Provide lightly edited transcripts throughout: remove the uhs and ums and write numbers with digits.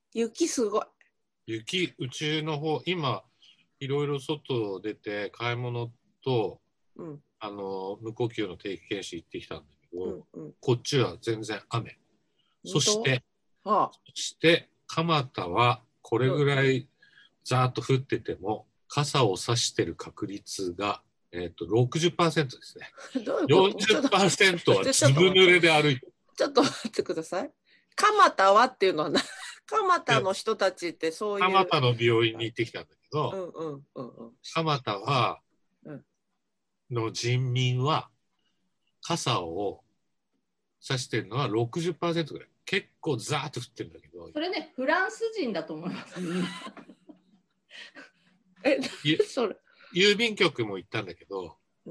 雪すごい。 雪、うちの方、今、いろいろ外出て買い物と、 うん。 無呼吸の定期検診行ってきたんだけど、 うんうん。 こっちは全然雨。そし本て、 当？ 蒲田はこれぐらいざーっと降ってても、傘を差してる確率が、60% ですね。 どういうこと？ちょっと、 40% はずぶ濡れで歩いてる。 ちょっと待ってください。蒲田はっていうのは蒲田の人たちってそういう。 蒲田の病院に行ってきたんだけど、 うんうんうんうん。 蒲田は、 うんの人民は傘を差してるのは 60% ぐらい。結構ザーッと降ってるんだけど。 それね、フランス人だと思います。 それ。 郵便局も行ったんだけど、 うん、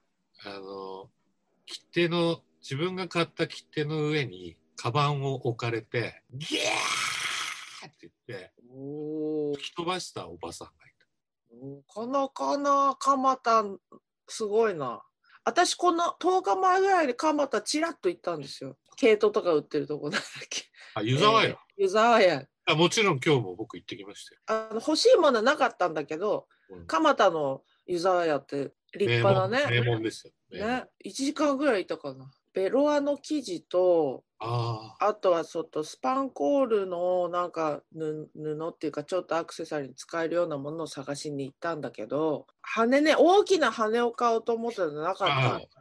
切手の、自分が買った切手の上にカバンを置かれて、ギャーって言って、吹き飛ばしたおばさんがいた。なかなか蒲田、すごいな。私、この10日前ぐらいで蒲田ちらっと行ったんですよ。毛糸とか売ってるとこなんだっけ。 湯沢屋。 湯沢屋。 もちろん今日も僕行ってきましたよ。 欲しいものはなかったんだけど、蒲田の湯沢屋って立派なね。 名門ですよ。 ね、1時間ぐらいいたかな。ベロアの生地と、あとはちょっとスパンコールのなんか布っていうかちょっとアクセサリーに使えるようなものを探しに行ったんだけど、羽ね、大きな羽を買おうと思ったらなかった。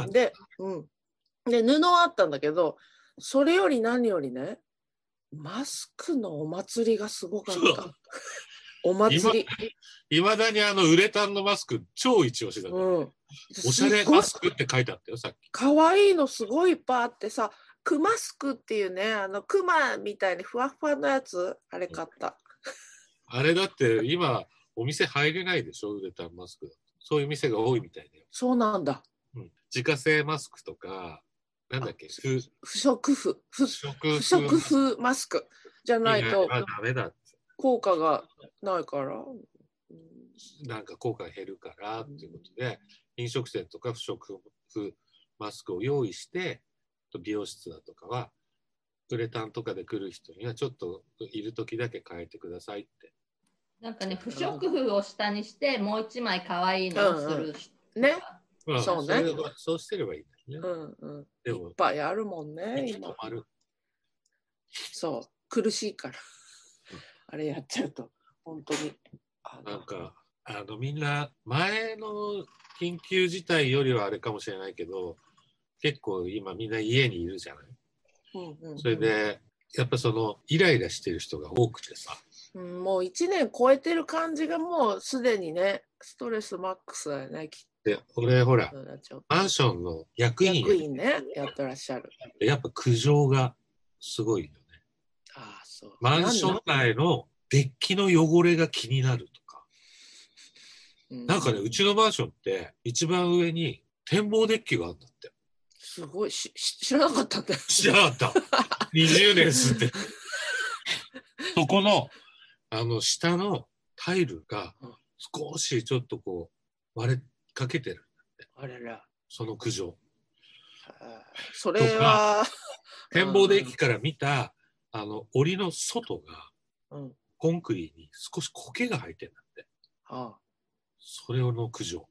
で、布はあったんだけど、それより何よりね、マスクのお祭りがすごかった。お祭り。 いまだにウレタンのマスク超一押しだから、おしゃれマスクって書いてあったよ、さっき。 かわいいのすごいいっぱいあってさ、クマスクっていうね、クマみたいにふわふわのやつ、あれ買った。 あれだって今、お店入れないでしょ、ウレタンマスク。そういう店が多いみたいだよ。 そうなんだ。 自家製マスクとか、なんだっけ、 不織布マスクじゃないとダメだって。 効果がないから。 なんか効果が減るからっていうことで、飲食店とか不織布マスクを用意して、美容室だとかは、ウレタンとかで来る人にはちょっといる時だけ変えてくださいって。 なんかね、不織布を下にして、もう一枚可愛いのをする人。 ね。 そうね。そうしてればいいんだね。でもいっぱいあるもんね、今。そう、苦しいから。あれやっちゃうと、本当に。 なんか、みんな、前の緊急事態よりはあれかもしれないけど、結構今みんな家にいるじゃない。それで、やっぱイライラしてる人が多くてさ。 もう1年超えてる感じがもうすでにね、ストレスマックスだよね、きっと。 で、俺ほら、マンションの役員ね、やってらっしゃる。 やっぱ苦情がすごいよね。 そう。 マンション内のデッキの汚れが気になるとか。なんかね、うちのマンションって一番上に展望デッキがあるんだって。 すごい、知らなかったんだよ。 知らなかった。20年住んで。そこの、下のタイルが少しちょっとこう、割れかけてるんだって。 あらら。 その苦情。 それは。 展望デッキから見た、檻の外が、コンクリに少し苔が生えてるんだって。それの苦情。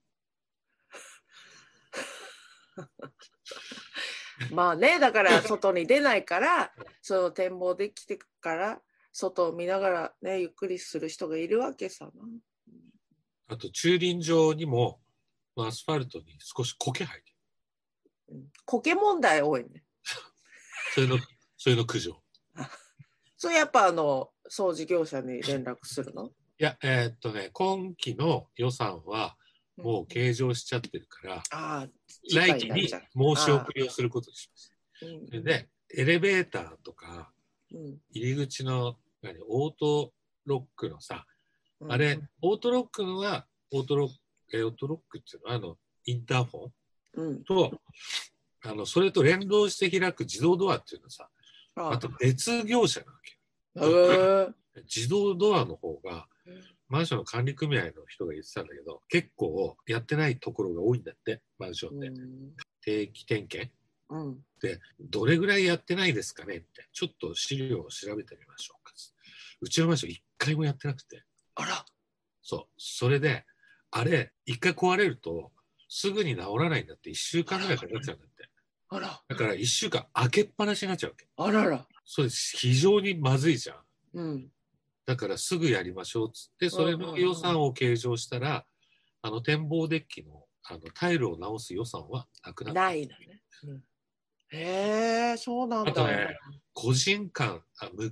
まあね、だから外に出ないから、その展望できてから外を見ながらね、ゆっくりする人がいるわけさな。 あと駐輪場にもアスファルトに少し苔生えてる。苔問題多いね。 それの苦情。 それやっぱ掃除業者に連絡するの？ いや、今期の予算はもう計上しちゃってるから、来期に申し送りをすることにします。で、エレベーターとか、入り口のオートロックのさ、あれ、オートロックのは、オートロックっていうのは、インターフォンと、それと連動して開く自動ドアっていうのはさ、あと別業者なわけ。自動ドアの方が、マンションの管理組合の人が言ってたんだけど、結構やってないところが多いんだって、マンションで。定期点検で、どれぐらいやってないですかねって、ちょっと資料を調べてみましょうか。うちのマンション1回もやってなくて。 あら。 そう。それで、あれ、1回壊れると、すぐに治らないんだって、1週間ぐらいかかっちゃうんだって。 あら。 だから1週間開けっぱなしになっちゃうわけ。 あらら。 それ非常にまずいじゃん。 うん。 だからすぐやりましょうっつって、それの予算を計上したら、展望デッキのタイルを直す予算はなくなった。 ないんだね。へえ、そうなんだ。 あとね、個人間、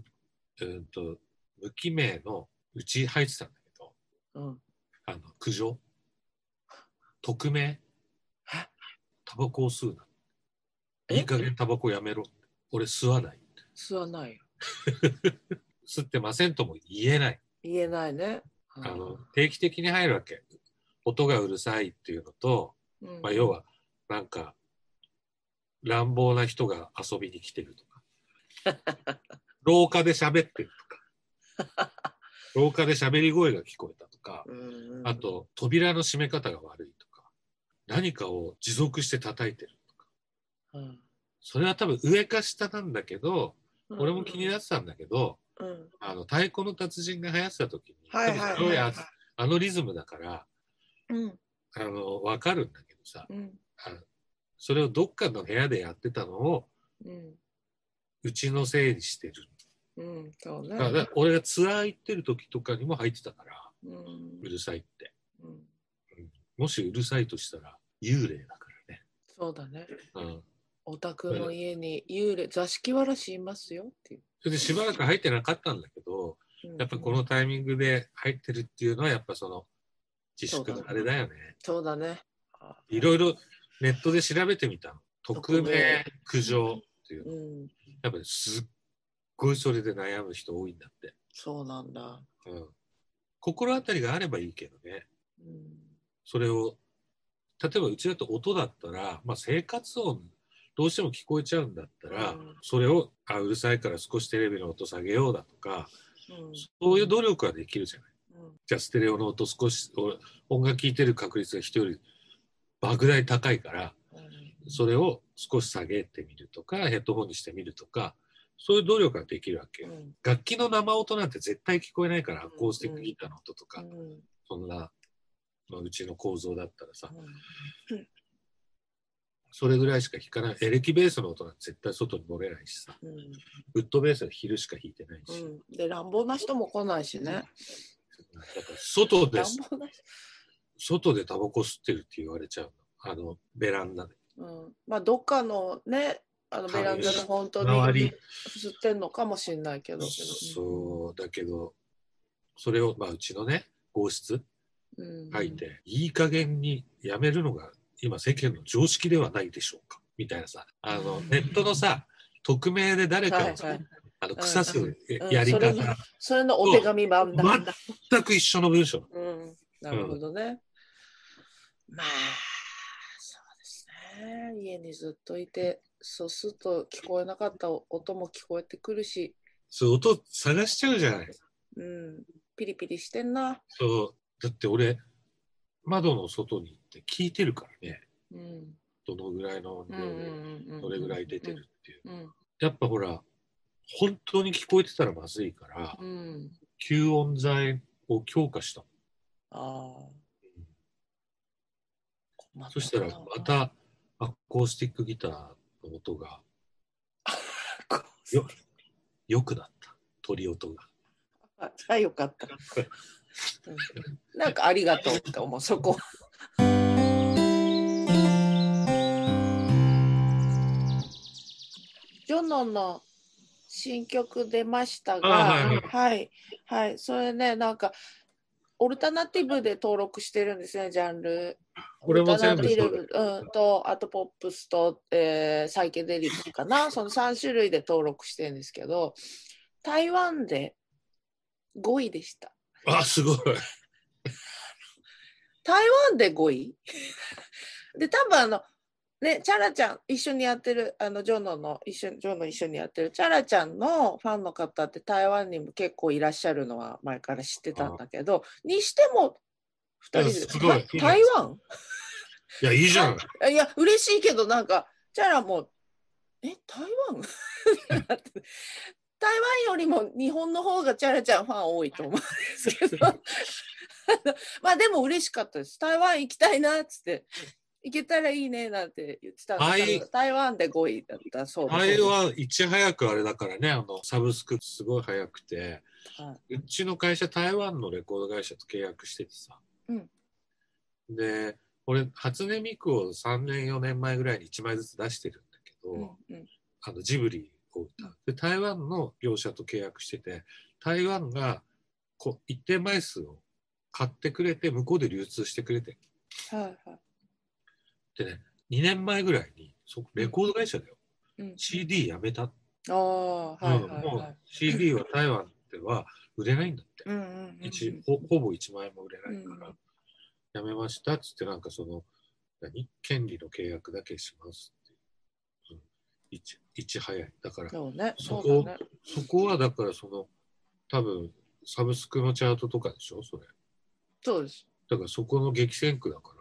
無記名のうち入ってたんだけど、苦情、匿名、タバコを吸うな。いい加減タバコやめろ。俺吸わない。 吸わないよ。 吸ってませんとも言えない。 言えないね。 定期的に入るわけ。音がうるさいっていうのと、要はなんか乱暴な人が遊びに来てるとか廊下で喋ってるとか廊下で喋り声が聞こえたとか、あと扉の閉め方が悪いとか、何かを持続して叩いてるとか、それは多分上か下なんだけど、俺も気になってたんだけど、太鼓の達人が流行ってた時に、あのリズムだから、分かるんだけどさ、それをどっかの部屋でやってたのを、うちのせいにしてる。だから俺がツアー行ってる時とかにも入ってたから、うるさいって、もしうるさいとしたら幽霊だからね。 そうだね。お宅の家に幽霊、座敷わらしいますよっていう。 それでしばらく入ってなかったんだけど、やっぱこのタイミングで入ってるっていうのはやっぱその自粛のあれだよね。 そうだね。 いろいろネットで調べてみたの。匿名苦情っていうの。やっぱりすっごいそれで悩む人多いんだって。 そうなんだ。 心当たりがあればいいけどね。それを、例えばうちだと音だったら、生活音どうしても聞こえちゃうんだったら、それをうるさいから少しテレビの音下げようだとか、そういう努力はできるじゃない。じゃあステレオの音少し、音楽聴いてる確率が人より莫大高いから、それを少し下げてみるとか、ヘッドホンにしてみるとか、そういう努力ができるわけよ。楽器の生音なんて絶対聞こえないから、アコースティックギターの音とか、そんなうちの構造だったらさ、それぐらいしか弾かない。エレキベースの音なんて絶対外に漏れないしさ、ウッドベースは昼しか弾いてないし、 で乱暴な人も来ないしね。だから外でタバコ吸ってるって言われちゃうの、ベランダで。 どっかのね、ベランダの本当に吸ってんのかもしれないけど。 そうだけど、それをうちのね合室書いて、いい加減にやめるのが今世間の常識ではないでしょうかみたいなさ、ネットのさ、匿名で誰かを腐すやり方、 それのお手紙版だ。 全く一緒の文章。 なるほどね。そうですね。家にずっといて、そうすると聞こえなかった音も聞こえてくるし。 そう、音探しちゃうじゃない。 ピリピリしてんな。 そう、だって俺、窓の外に行って聞いてるからね。どのぐらいの音量で、どれぐらい出てるっていう。やっぱほら、本当に聞こえてたらまずいから、吸音材を強化した。そしたらまたアコースティックギターの音がよくなった。鳥音が。 よかった。なんかありがとうって思う、そこ。ジョノの新曲出ましたが、それね、なんかオルタナティブで登録してるんですね、ジャンル。 オルタナティブと、あとポップスと、サイケデリックかな、その3種類で登録してるんですけど、台湾で5位でした。 すごい。 台湾で5位で、多分ね、チャラちゃん一緒にやってる、ジョノ一緒にやってるチャラちゃんのファンの方って台湾にも結構いらっしゃるのは前から知ってたんだけど、にしても2人で台湾いや、いいじゃん。 いや、嬉しいけど、なんかチャラも台湾台湾よりも日本の方がチャラちゃんファン多いと思うんですけどまあでも嬉しかったです。台湾行きたいなっつって行けたらいいねなんて言ってたんですけど、台湾で5位だったそうです。 台湾いち早くあれだからね、サブスクすごい早くて、はい、うちの会社台湾のレコード会社と契約しててさ、うん、で俺初音ミクを3年4年前ぐらいに1枚ずつ出してるんだけど、うんうん、ジブリを歌うで台湾の業者と契約してて、台湾が一定枚数を買ってくれて向こうで流通してくれて、はいはい、でね2年前ぐらいにレコード会社だよ、うん、CD やめた、もう CD は台湾では売れないんだって、ほぼ1万円も売れないから、やめましたっつって、なんか権利の契約だけしますって、いち早いだから、そこはだから多分サブスクのチャートとかでしょ、それ。 そうです。 だからそこの激戦区だから、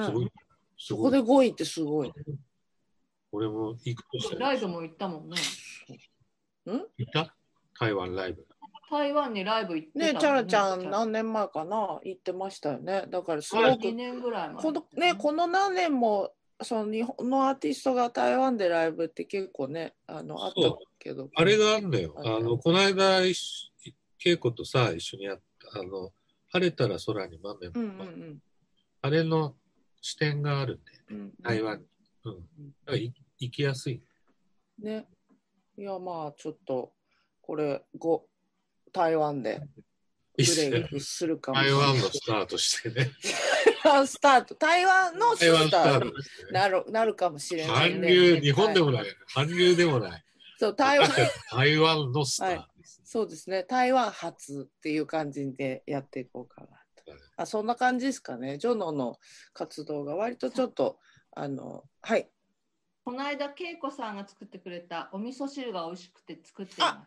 すごい。 そこで5位ってすごい。 俺も行くとしたら。ライブも行ったもんね。 行った台湾ライブ。 台湾にライブ行ってたね。チャラちゃん何年前かな行ってましたよね。だからすごく 2年ぐらい前。この何年も日本のアーティストが台湾でライブって結構ねあったけど。 あれがあるんだよ。この間稽古とさ一緒にやった晴れたら空に豆も、あれの視点があるんで、台湾に、行きやすいね。いやまあちょっとこれ台湾でブレイクするかもしれない。 台湾のスタートしてねスタート台湾のスタートになるかもしれない、 ね、韓流日本でもない、韓流でもないそう台湾のスタート、 そうですね、台湾発っていう感じでやっていこうかなと、そんな感じですかね。ジョノの活動が割とちょっとはい。 この間恵子さんが作ってくれたお味噌汁が美味しくて作っています。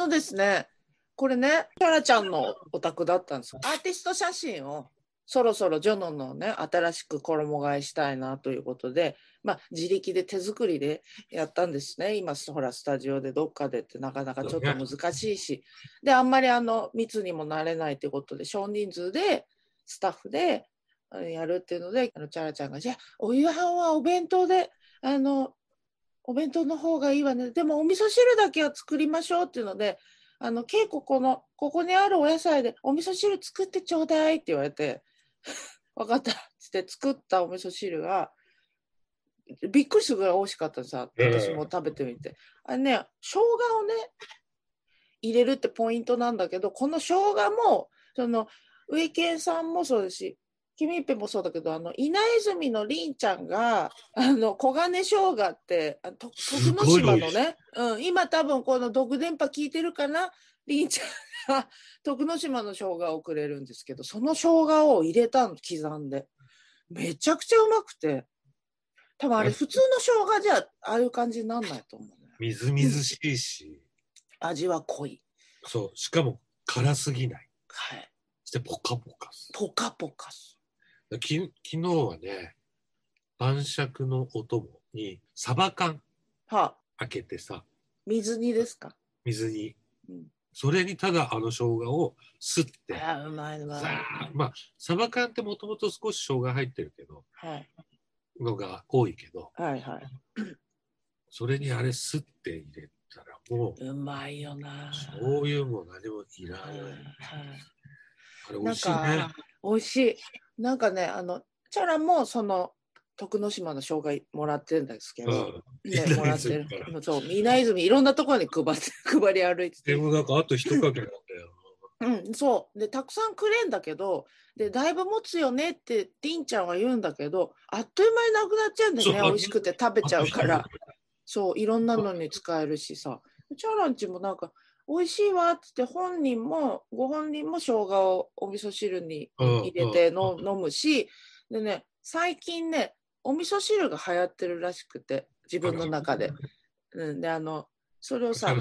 ですね、これねチャラちゃんのお宅だったんですよ。アーティスト写真をそろそろジョノのね新しく衣替えしたいなということで、自力で手作りでやったんですね。今ほらスタジオでどっかでってなかなかちょっと難しいし、であんまり密にもなれないということで少人数でスタッフでやるっていうので、チャラちゃんがじゃあお夕飯はお弁当でお弁当の方がいいわね、でもお味噌汁だけは作りましょうっていうので、稽古ここにあるお野菜でお味噌汁作ってちょうだいって言われて分かったって作ったお味噌汁がびっくりするぐらい美味しかったんです。私も食べてみて、あれね生姜をね入れるってポイントなんだけど、この生姜もウイケンさんもそうですしキミッペもそうだけど稲泉のりんちゃんが黄金生姜って徳之島のね、今多分この毒電波聞いてるかな、りんちゃんが徳之島の生姜をくれるんですけど、その生姜を入れたの刻んでめちゃくちゃうまくて、多分あれ普通の生姜じゃああいう感じになんないと思う、ね、 みずみずしいし、 味は濃い、 そうしかも辛すぎない、 はい、 そしてポカポカすポカポカす。 昨日はね晩酌のお供にサバ缶開けてさ、 水煮ですか？ 水煮、それにただ生姜をすって、 うまいうまい。 サバ缶ってもともと少し生姜入ってるけど、のが多いけど、それにあれすって入れたらもううまいよな。 醤油も何もいらない、あれ美味しいね。 美味しい。なんかねチャラも徳之島の生姜もらってるんですけど、もらってる。そう、稲泉いろんなところに配り歩いてて。 でもなんかあと一かけなんだよ。そうでたくさんくれんだけど、でだいぶ持つよねってりんちゃんは言うんだけど、あっという間になくなっちゃうんだよね。美味しくて食べちゃうから。そういろんなのに使えるしさ。チャランチもなんか美味しいわっつってご本人も生姜をお味噌汁に入れて飲むし、でね最近ねお味噌汁が流行ってるらしくて、自分の中で、でそれをさ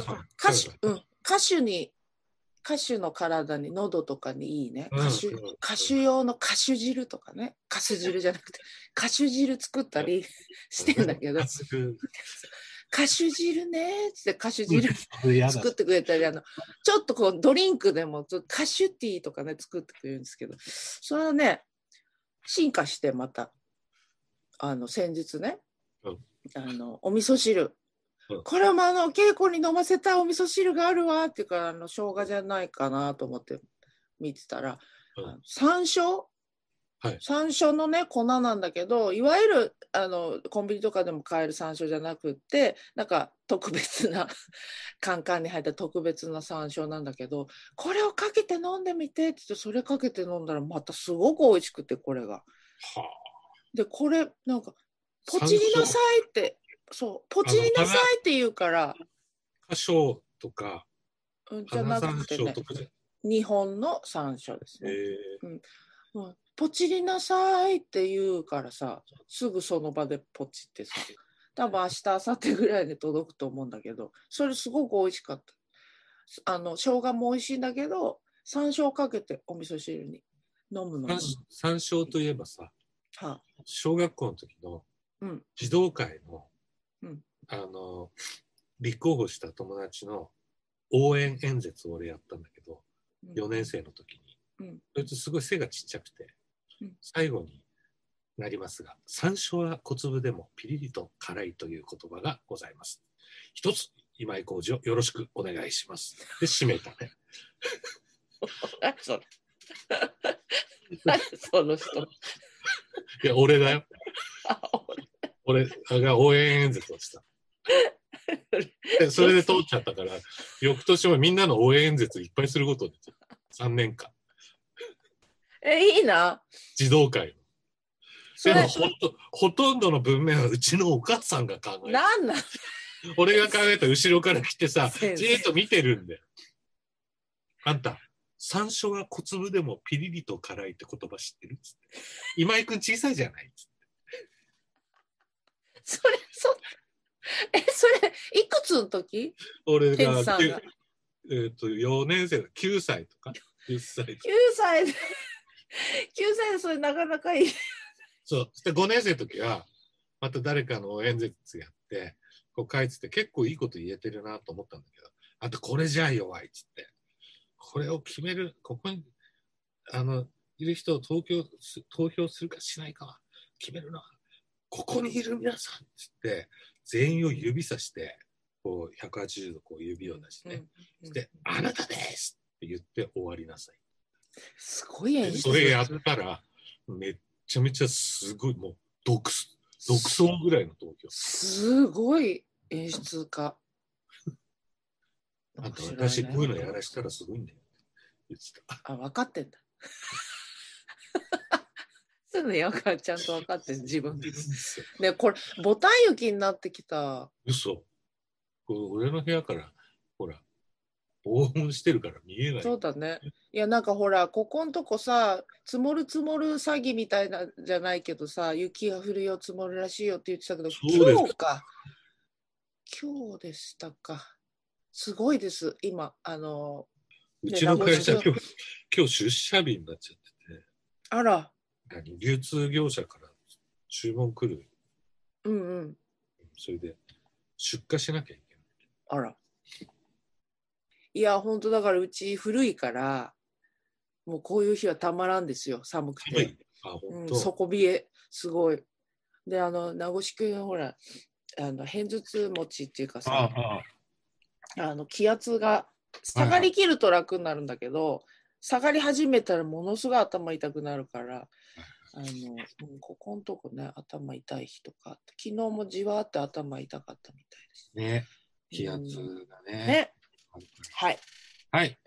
歌手の体に喉とかにいいね、歌手用の歌手汁とかね、かす汁じゃなくて歌手汁作ったりしてんだけど、歌歌手汁ねって歌手汁作ってくれたり、ちょっとこうドリンクでも歌手ティーとかね作ってくれるんですけど、それはね進化してまた先日ね、お味噌汁、これも稽古に飲ませたお味噌汁があるわっていうか生姜じゃないかなと思って見てたら、山椒、山椒のね粉なんだけど、いわゆるコンビニとかでも買える山椒じゃなくって、なんか特別なカンカンに入った特別な山椒なんだけど、これをかけて飲んでみてって言って、それかけて飲んだらまたすごく美味しくて、これが。でこれなんかポチりなさいって、そうポチりなさいって言うから、 花椒とかじゃなくてね、日本の山椒ですね。ポチりなさいって言うからさ、すぐその場でポチってさ、多分明日明後日ぐらいで届くと思うんだけど、それすごく美味しかった。生姜も美味しいんだけど、山椒かけてお味噌汁に飲むの。 山椒といえばさ、小学校の時の児童会の、立候補した友達の応援演説を俺やったんだけど、4年生の時に、そいつすごい背がちっちゃくて、最後になりますが、山椒は小粒でもピリリと辛いという言葉がございます。一つ今井浩二をよろしくお願いします。で締めたね。 その人。いや俺だよ。俺が応援演説をした。それで通っちゃったから、翌年もみんなの応援演説いっぱいすることで3年間。 いいな。 児童会の。でもほとんどの文面はうちのお母さんが考えた。 なんなん俺が考えた後ろから来てさ、じーっと見てるんだよ。あんた、山椒が小粒でもピリリと辛いって言葉知ってるっつって。今井くん小さいじゃないっつって。 それいくつの時？ 俺が4年生の9歳とか10歳。9 歳でそれなかなかいい。 そう。で5年生の時はまた誰かの演説やってこう書いてて結構いいこと言えてるなと思ったんだけど、あとこれじゃ弱いっつって、これを決める、ここにいる人を投票するかしないかは決めるのはここにいる皆さんっつって全員を指さしてこう180度こう指を出して、であなたですって言って終わりなさい。 すごい演出。 それやったらめっちゃめちゃすごい、もう独走ぐらいの投票。 すごい演出家。 あと私こういうのやらしたらすごいんだよ言ってた。 分かってんだ。すぐやからちゃんと分かってん自分で。ね、これボタン雪になってきた。 嘘。これ俺の部屋からほら防音してるから見えない。 そうだね。いやなんかほらここんとこさ、積もる詐欺みたいなじゃないけどさ、雪が降るよ積もるらしいよって言ってたけど、今日か。今日でしたか。すごいです。今うちの会社今日出社日になっちゃってて。 あら。 流通業者から注文来る。それで出荷しなきゃいけない。 あら。いや本当だからうち古いからもうこういう日はたまらんですよ、寒くて。底冷えすごい。で名越くんほら片頭痛持ちっていうかさ、気圧が下がりきると楽になるんだけど、下がり始めたらものすごい頭痛くなるから、ここのとこね頭痛い日とか、昨日もじわーって頭痛かったみたいですね。気圧がね。 ね。はい。 はい。